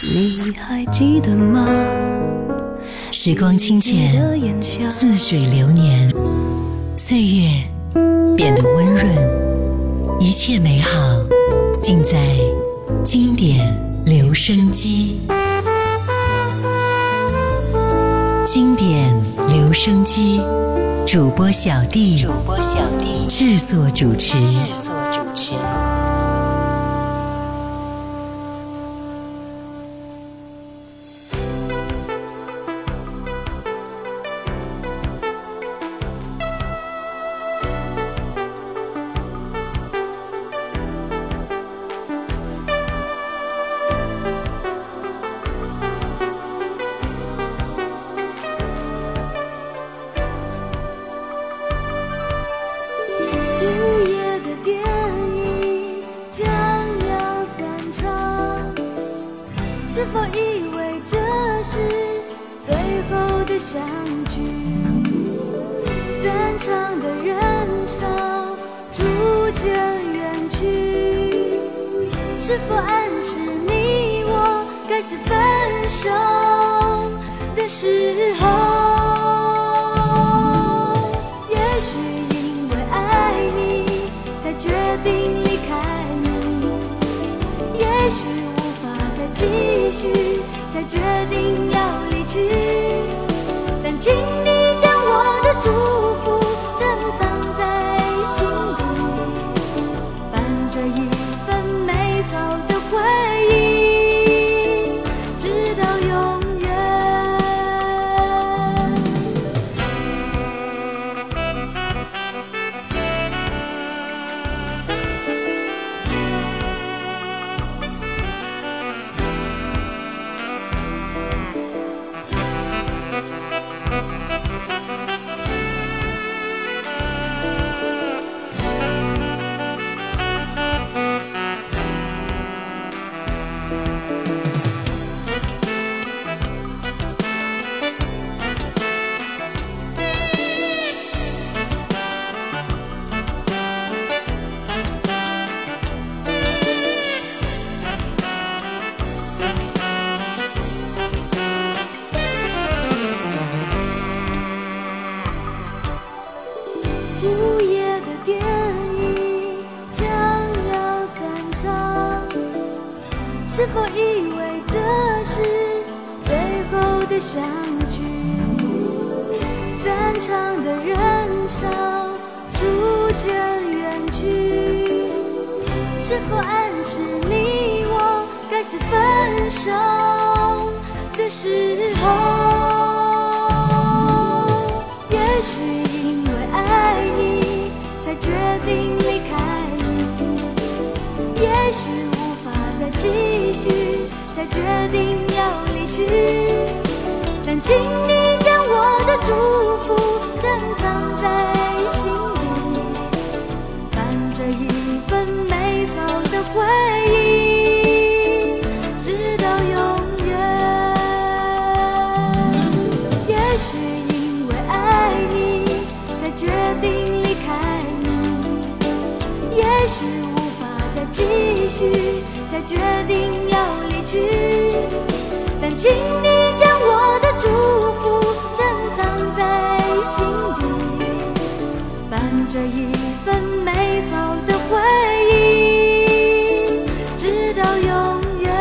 你还记得吗？ 时光清浅，似水流年，岁月变得温润，一切美好尽在经典留声机。经典留声机，主播小弟制作主持。 是否以为这是最后的相聚？散场的人潮逐渐远去，是否暗示你我该是分手的时候？也许因为爱你才决定离开你，也许继续才决定要离去，但请你将我的祝福珍藏在心底，伴着一份美好的回忆，直到永远。午夜的电影将要散场，是否以为这是最后的相聚？散场的人潮逐渐远去，是否暗示你我该是分手的时候？也许因为爱你才决定离开你，也许无法再继续才决定要离去，但请你将我的祝福珍藏在心底，伴着一份美好的回忆，直到永远。也许因为爱你才决定离开你，也许无法再继续才决定要离去，但请你将我的祝福珍藏在心底，伴着一份美好的回忆，直到永远。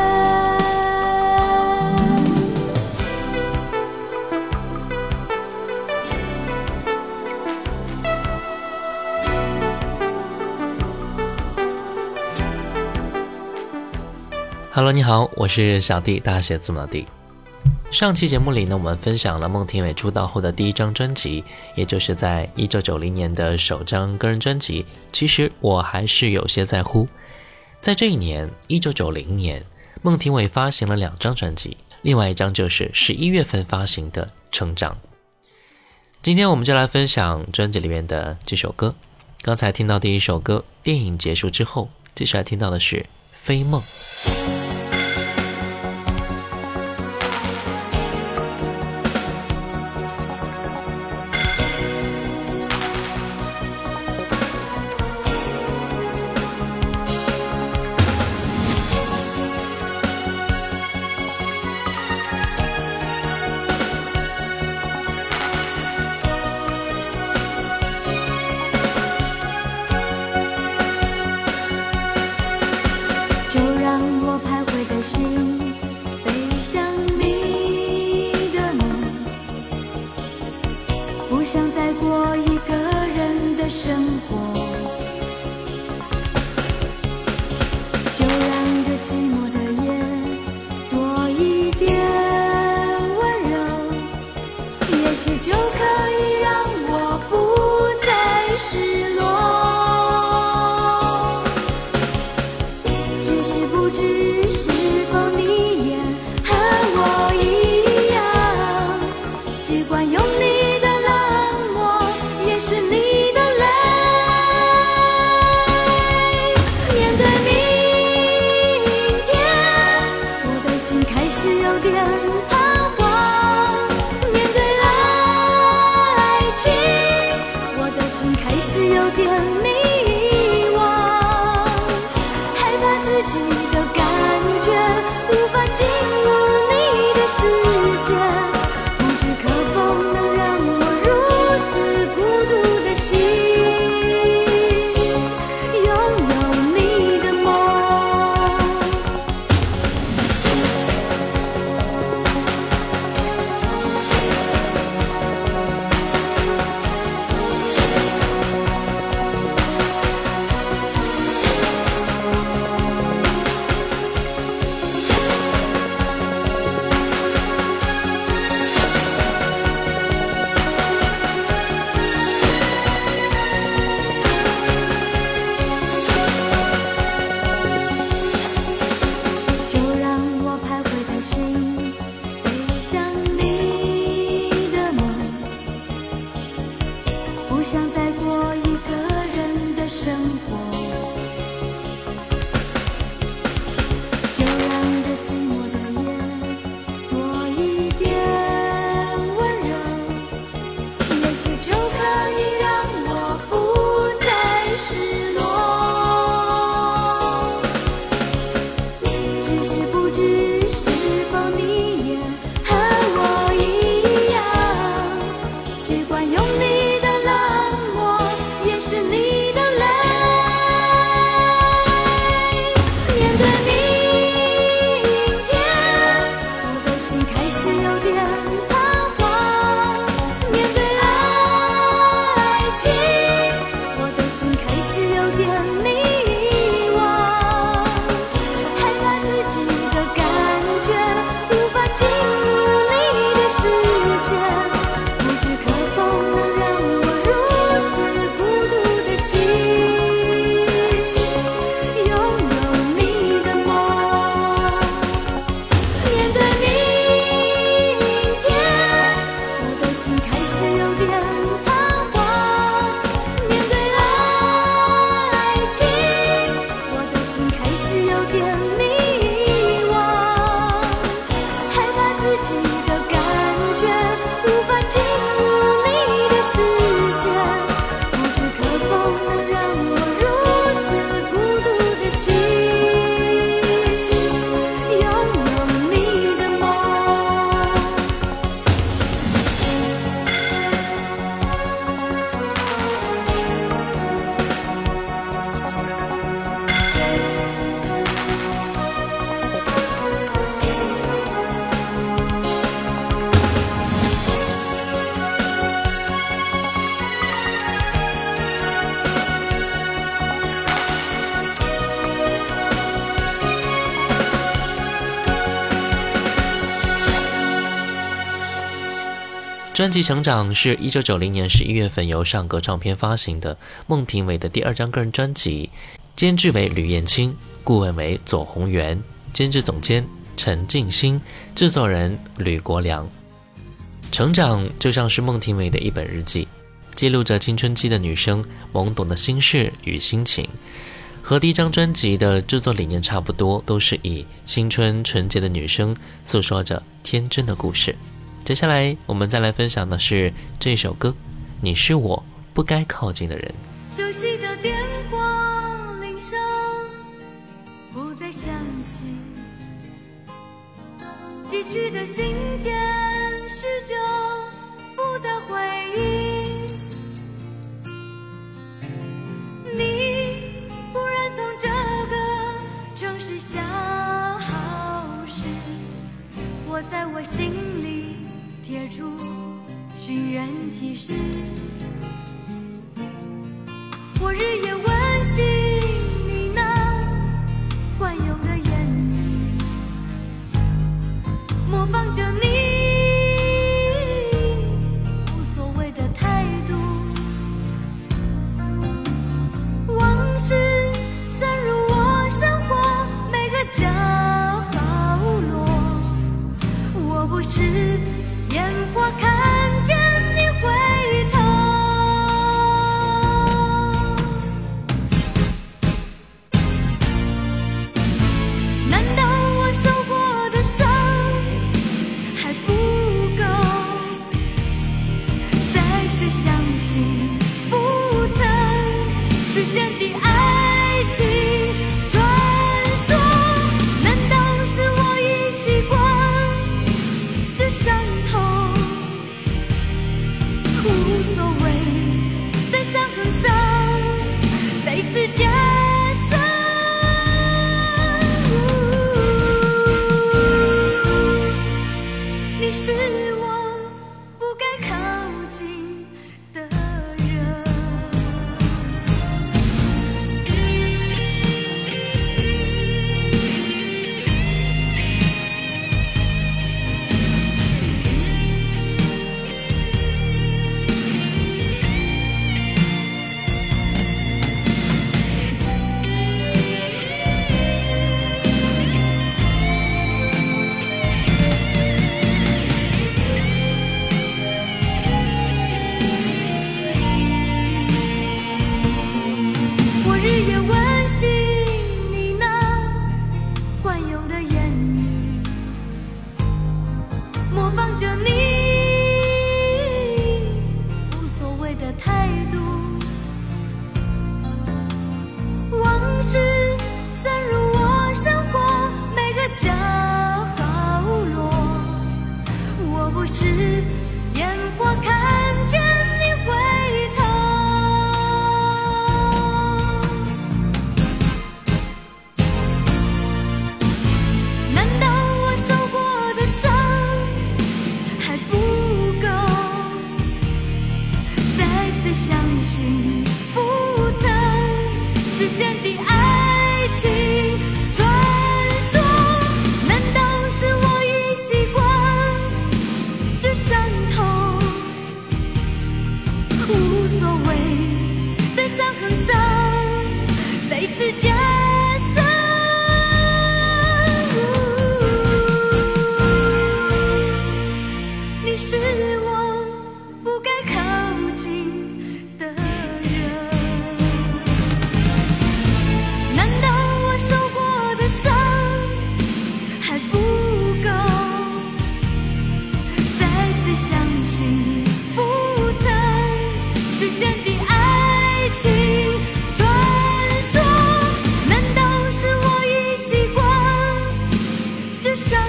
Hello， 你好，我是小弟，大写字母的弟。上期节目里呢，我们分享了孟庭苇出道后的第一张专辑，也就是在1990年的首张个人专辑。其实我还是有些在乎。在这一年，1990年，孟庭苇发行了2张专辑，另外一张就是11月份发行的《成长》。今天我们就来分享专辑里面的几首歌。刚才听到第一首歌，电影结束之后，接下来听到的是《飞梦》。 点彷徨。面对爱情，我的心开始有点迷惘，害怕自己的感觉无法进入你的世界，不知可否能让我如此孤独的心拥有你的梦。就让我徘徊的心飞向你的梦，不想再过一个人的生活，就让这寂寞的夜多一点温柔，也许就可以让我不再失落。只是不知是否你也和我一样，习惯用你的冷漠掩饰你的泪。面对明天，我的心开始有点彷徨。面对爱情，我的心开始有点迷惘，害怕自己的感觉无法进入你的世界，不知可否能让我如此孤独的心拥有你的梦。面对明天，我的心开始有点彷徨。面对爱情，我的心开始有点迷惘，害怕自己的感觉无法进入你的世界，不知可否能让我如此孤独的心拥有你的梦。 专辑《成长》是1990年11月份由上格唱片发行的孟庭苇的第2张个人专辑，监制为吕燕青，顾问为左宏元，监制总监陈静心，制作人吕国良。成长就像是孟庭苇的一本日记，记录着青春期的女生懵懂的心事与心情，和第1张专辑的制作理念差不多，都是以青春纯洁的女生诉说着天真的故事。接下来我们再来分享的是这首歌，你是我不该靠近的人。 熟悉的电话铃声不再响起，寄去的信件许久不得回应，你忽然从这个城市消失，我在我心里贴出寻人启事，我日夜温习你那惯用的言语，模仿着你无所谓的态度，往事渗入我生活每个角落，我不是烟火看见你回头，难道我受过的伤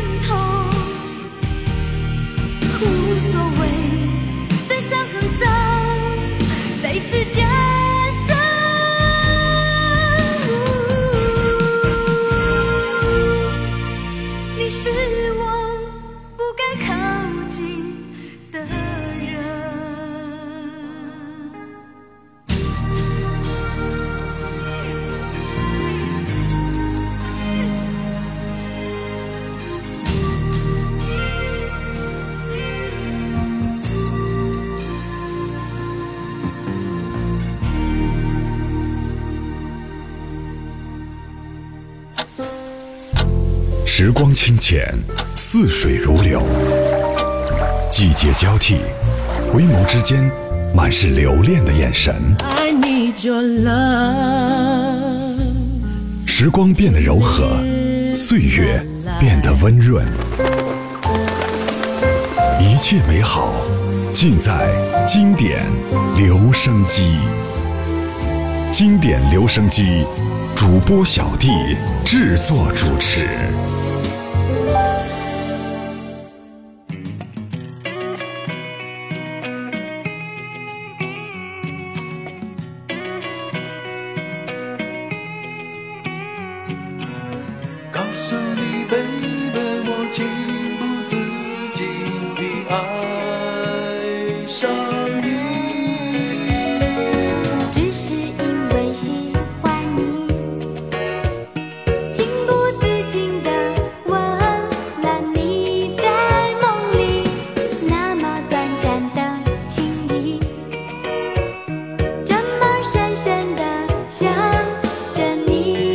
痛，无所谓，在伤痕上再次加深。你是我不该靠近的人。 时光清浅，似水如流，季节交替，回眸之间满是留恋的眼神。 I need your love。 时光变得柔和，岁月变得温润，一切美好尽在经典留声机。经典留声机，主播小弟制作主持。 告诉你 baby， 我情不自禁地爱上你， 只是因为喜欢你，情不自禁地吻了你，在梦里那么短暂的情谊，这么深深地想着你。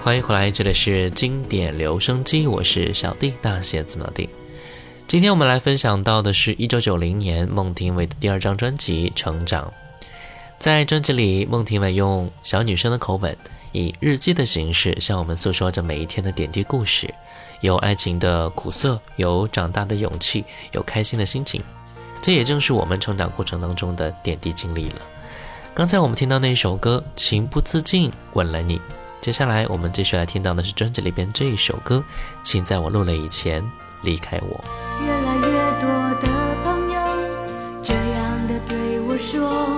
欢迎回来，这里是经典留声机，我是小弟，大写字母的弟。今天我们来分享到的是1990年孟庭苇的第2张专辑《成长》。在专辑里，孟庭苇用小女生的口吻，以日记的形式向我们诉说着每一天的点滴故事，有爱情的苦涩，有长大的勇气，有开心的心情，这也正是我们成长过程当中的点滴经历了。刚才我们听到那一首歌《情不自禁吻了你》，接下来我们继续来听到的是专辑里边这一首歌《请在我落泪以前离开我》。 越来越多的朋友这样的对我说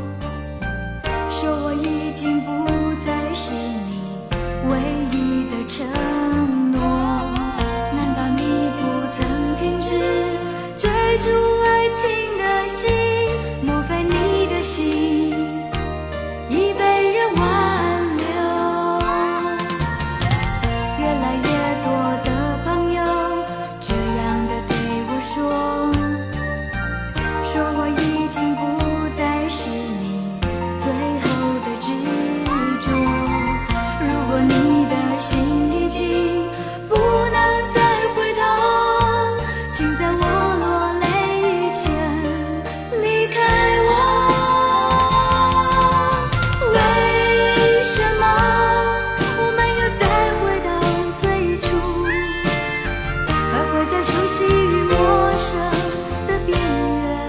我已经不再是你唯一的承诺，难道你不曾停止追逐爱情的心？莫非你的心已被人挽留？越来越多的朋友这样的对我说我已经不再是你最后的执着。如果你的心已经不能再回头，请在我落泪以前离开我。为什么我们又再回到最初，徘徊在熟悉与陌生的边缘？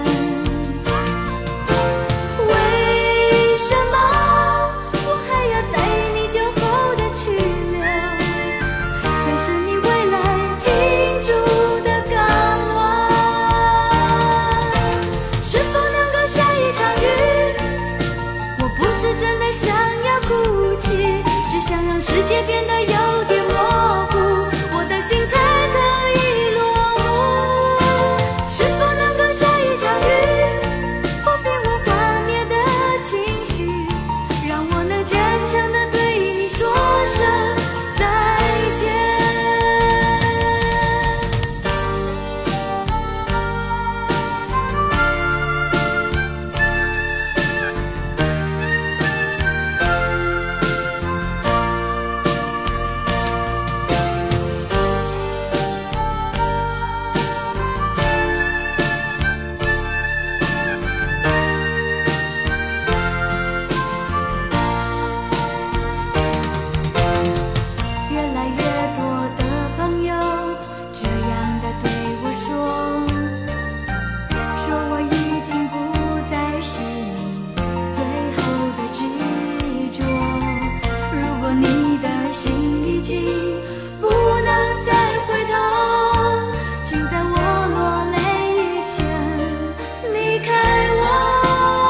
为什么我还要在你酒后的去留，像是你未来停驻的港湾？是否能够下一场雨？我不是真的想要哭泣，只想让世界变得有点模糊，我的心才可以落幕。是否能够下一场雨，抚平我幻灭的情绪，让我能坚强地对你说声再见。越来越多的朋友这样的对我说我已经不再是你最后的执着。如果你的心已经不能再回头，请在我落泪以前离开我。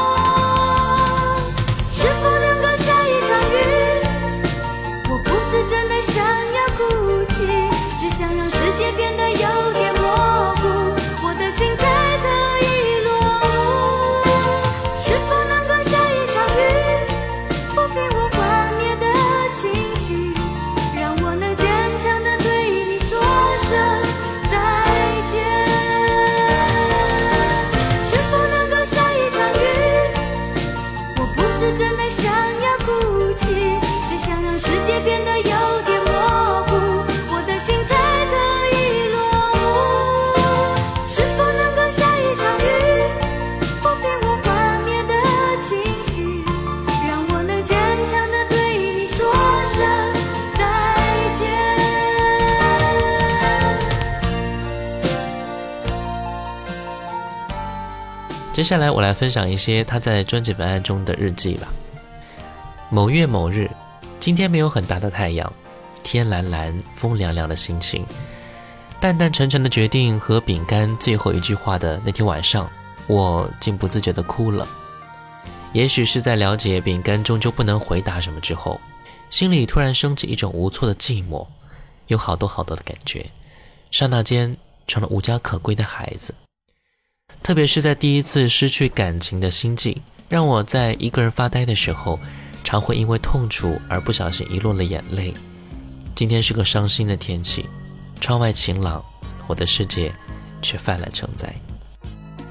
是否能够下一场雨？我不是真的想要哭泣，只想让世界变得有点模糊，我的心才可以落幕。是否能够下一场雨，抚平我幻灭的情绪，让我能坚强地对你说声再见？是否能够下一场雨？我不是真的想要哭泣，只想让世界变得有点模糊，我的心才可以落幕。是否能够下一场雨，抚平我幻灭的情绪，让我能坚强地对你说声再见？ 接下来我来分享一些他在专辑文案中的日记吧。某月某日，今天没有很大的太阳，天蓝蓝，风凉凉的心情，淡淡沉沉的决定和饼干最后一句话的那天晚上，我竟不自觉地哭了。也许是在了解饼干终究不能回答什么之后，心里突然升起一种无措的寂寞，有好多好多的感觉，刹那间成了无家可归的孩子。特别是在第一次失去感情的心悸，让我在一个人发呆的时候，常会因为痛楚而不小心遗落了眼泪。今天是个伤心的天气，窗外晴朗，我的世界却泛滥成灾。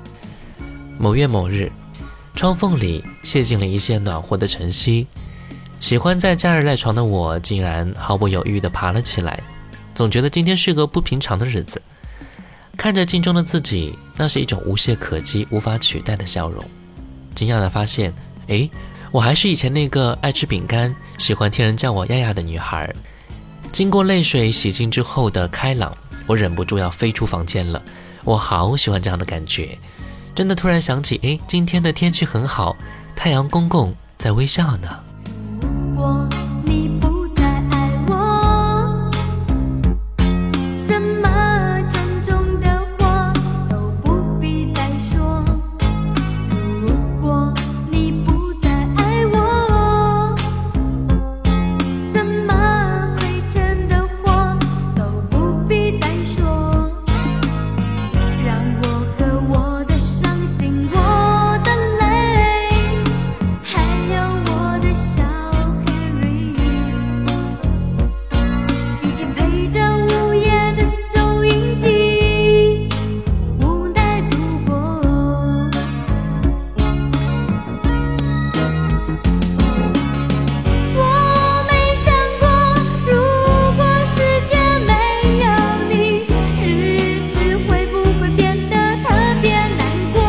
某月某日，窗缝里泻进了一线暖和的晨曦， 喜欢在假日赖床的我，竟然毫不犹豫地爬了起来，总觉得今天是个不平常的日子。看着镜中的自己，那是一种无懈可击、无法取代的笑容。惊讶地发现，我还是以前那个爱吃饼干、喜欢听人叫我丫丫的女孩。经过泪水洗净之后的开朗，我忍不住要飞出房间了。我好喜欢这样的感觉，真的突然想起，今天的天气很好，太阳公公在微笑呢。 如果你不再爱我，什么沉重的话都不必再说。如果你不再爱我，什么亏欠的话都不必再说。让我和我的伤心，我的泪，还有我的小 Henry， 一起陪着午夜的收音机，无奈度过。我没想过，如果世界没有你，日子会不会变得特别难过。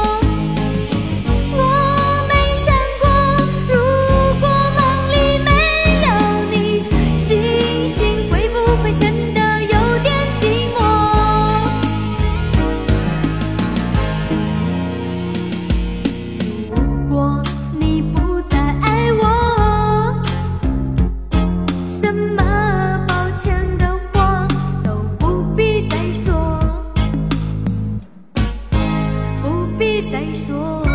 我没想过，如果梦里没有你，星星会不会显得有点寂寞。如果你不再爱我，什么抱歉的话都不必再说，不必再说。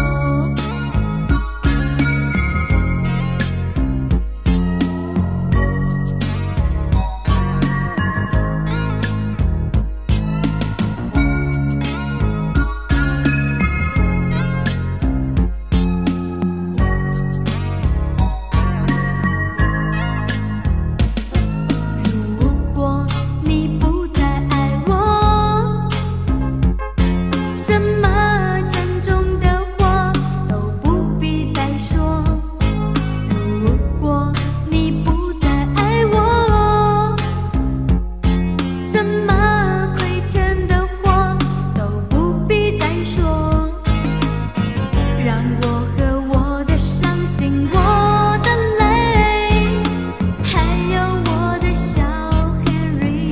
如果你不再爱我，什么沉重的话都不必再说。如果你不再爱我，什么亏欠的话都不必再说。让我和我的伤心，我的泪，还有我的小 Henry，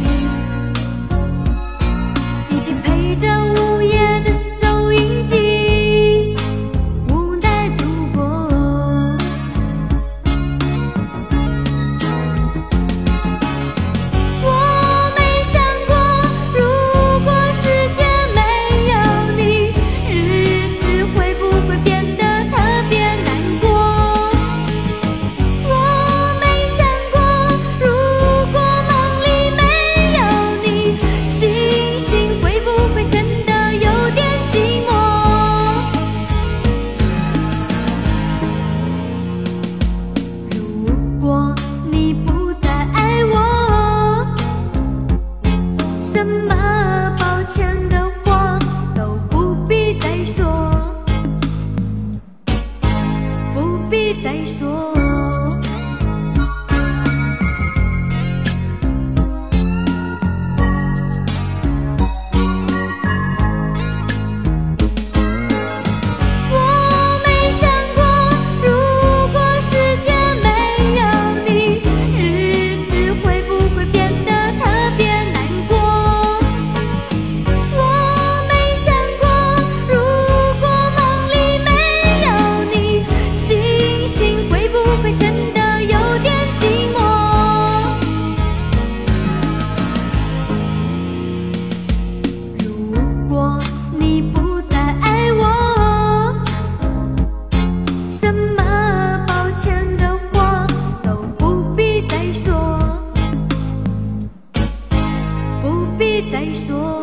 一起陪着午夜的收音机，无奈度过。我没想过，如果世界没有你，日子会不会变得特别难过。我没想过，如果梦里没有你，星星会不会显得有点寂寞。如果你不再爱我，什么抱歉的话都不必再说，不必再说。我没想过，如果世界没有你，日子会不会变得特别难过。我没想过，如果梦里没有你，星星会不会显得有点寂寞。如果你不再爱我，什么抱歉的话都不必再说，不必再说。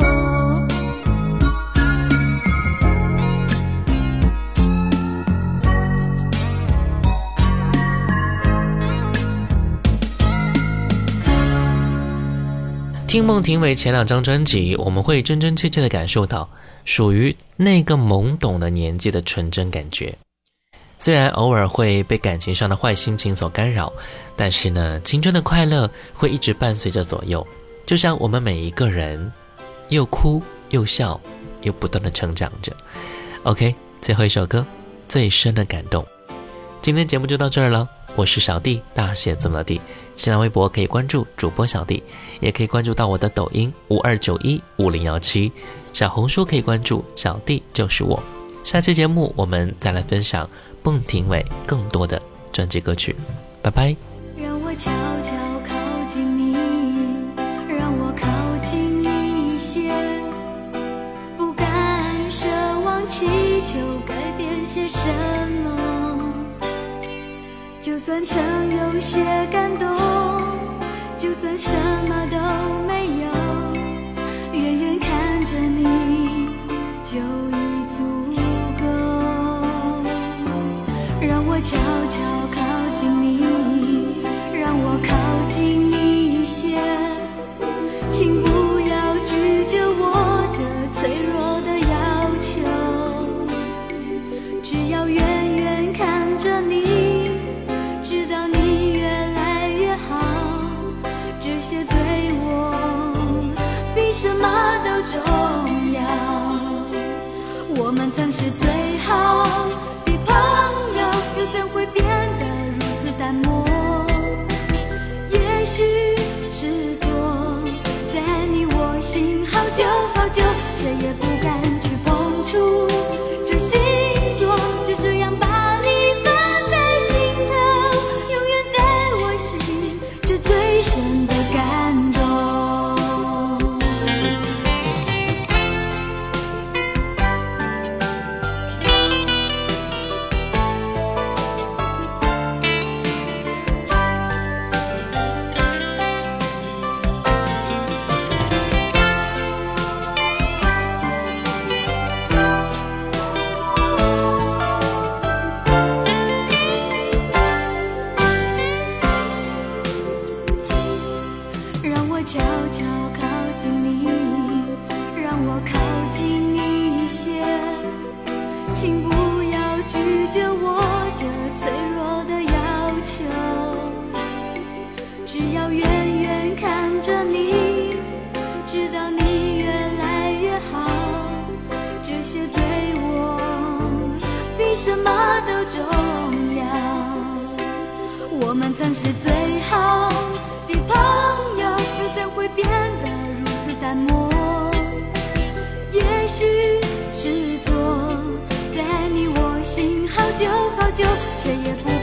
听孟庭苇前2张专辑，我们会真真切切地感受到属于那个懵懂的年纪的纯真感觉。 虽然偶尔会被感情上的坏心情所干扰，但是呢，青春的快乐会一直伴随着左右，就像我们每一个人又哭又笑又不断的成长着。 OK， 最后一首歌，最深的感动。今天节目就到这儿了，我是小弟，大写字母的弟。新浪微博可以关注主播小弟，也可以关注到我的抖音52915017，小红书可以关注小弟就是我。下期节目我们再来分享孟庭苇更多的专辑歌曲，拜拜。 让我悄悄靠近你，让我靠近你一些，不敢奢望祈求改变些什么，就算曾有些感动，就算什么都没有，远远看着你就已足够。让我悄悄靠近你，让我靠近你一些，请不要拒绝我这脆弱的要求，只要远远看着你，直到你越来越好，这些对我比什么都重要。我们曾是最好的朋友，又怎会变得如此淡漠？也许是错，在你我心好久好久，谁也不敢去碰触这心锁，就这样把你放在心头，永远在我心这最深的感动。让我悄悄靠近你，让我靠近你一些，请不要拒绝我这脆弱的要求，只要远远看着你，直到你越来越好，这些对我比什么都重要。我们曾是最好的朋友，又怎会变得如此淡漠？也许是错，在你我心好久好久，谁也不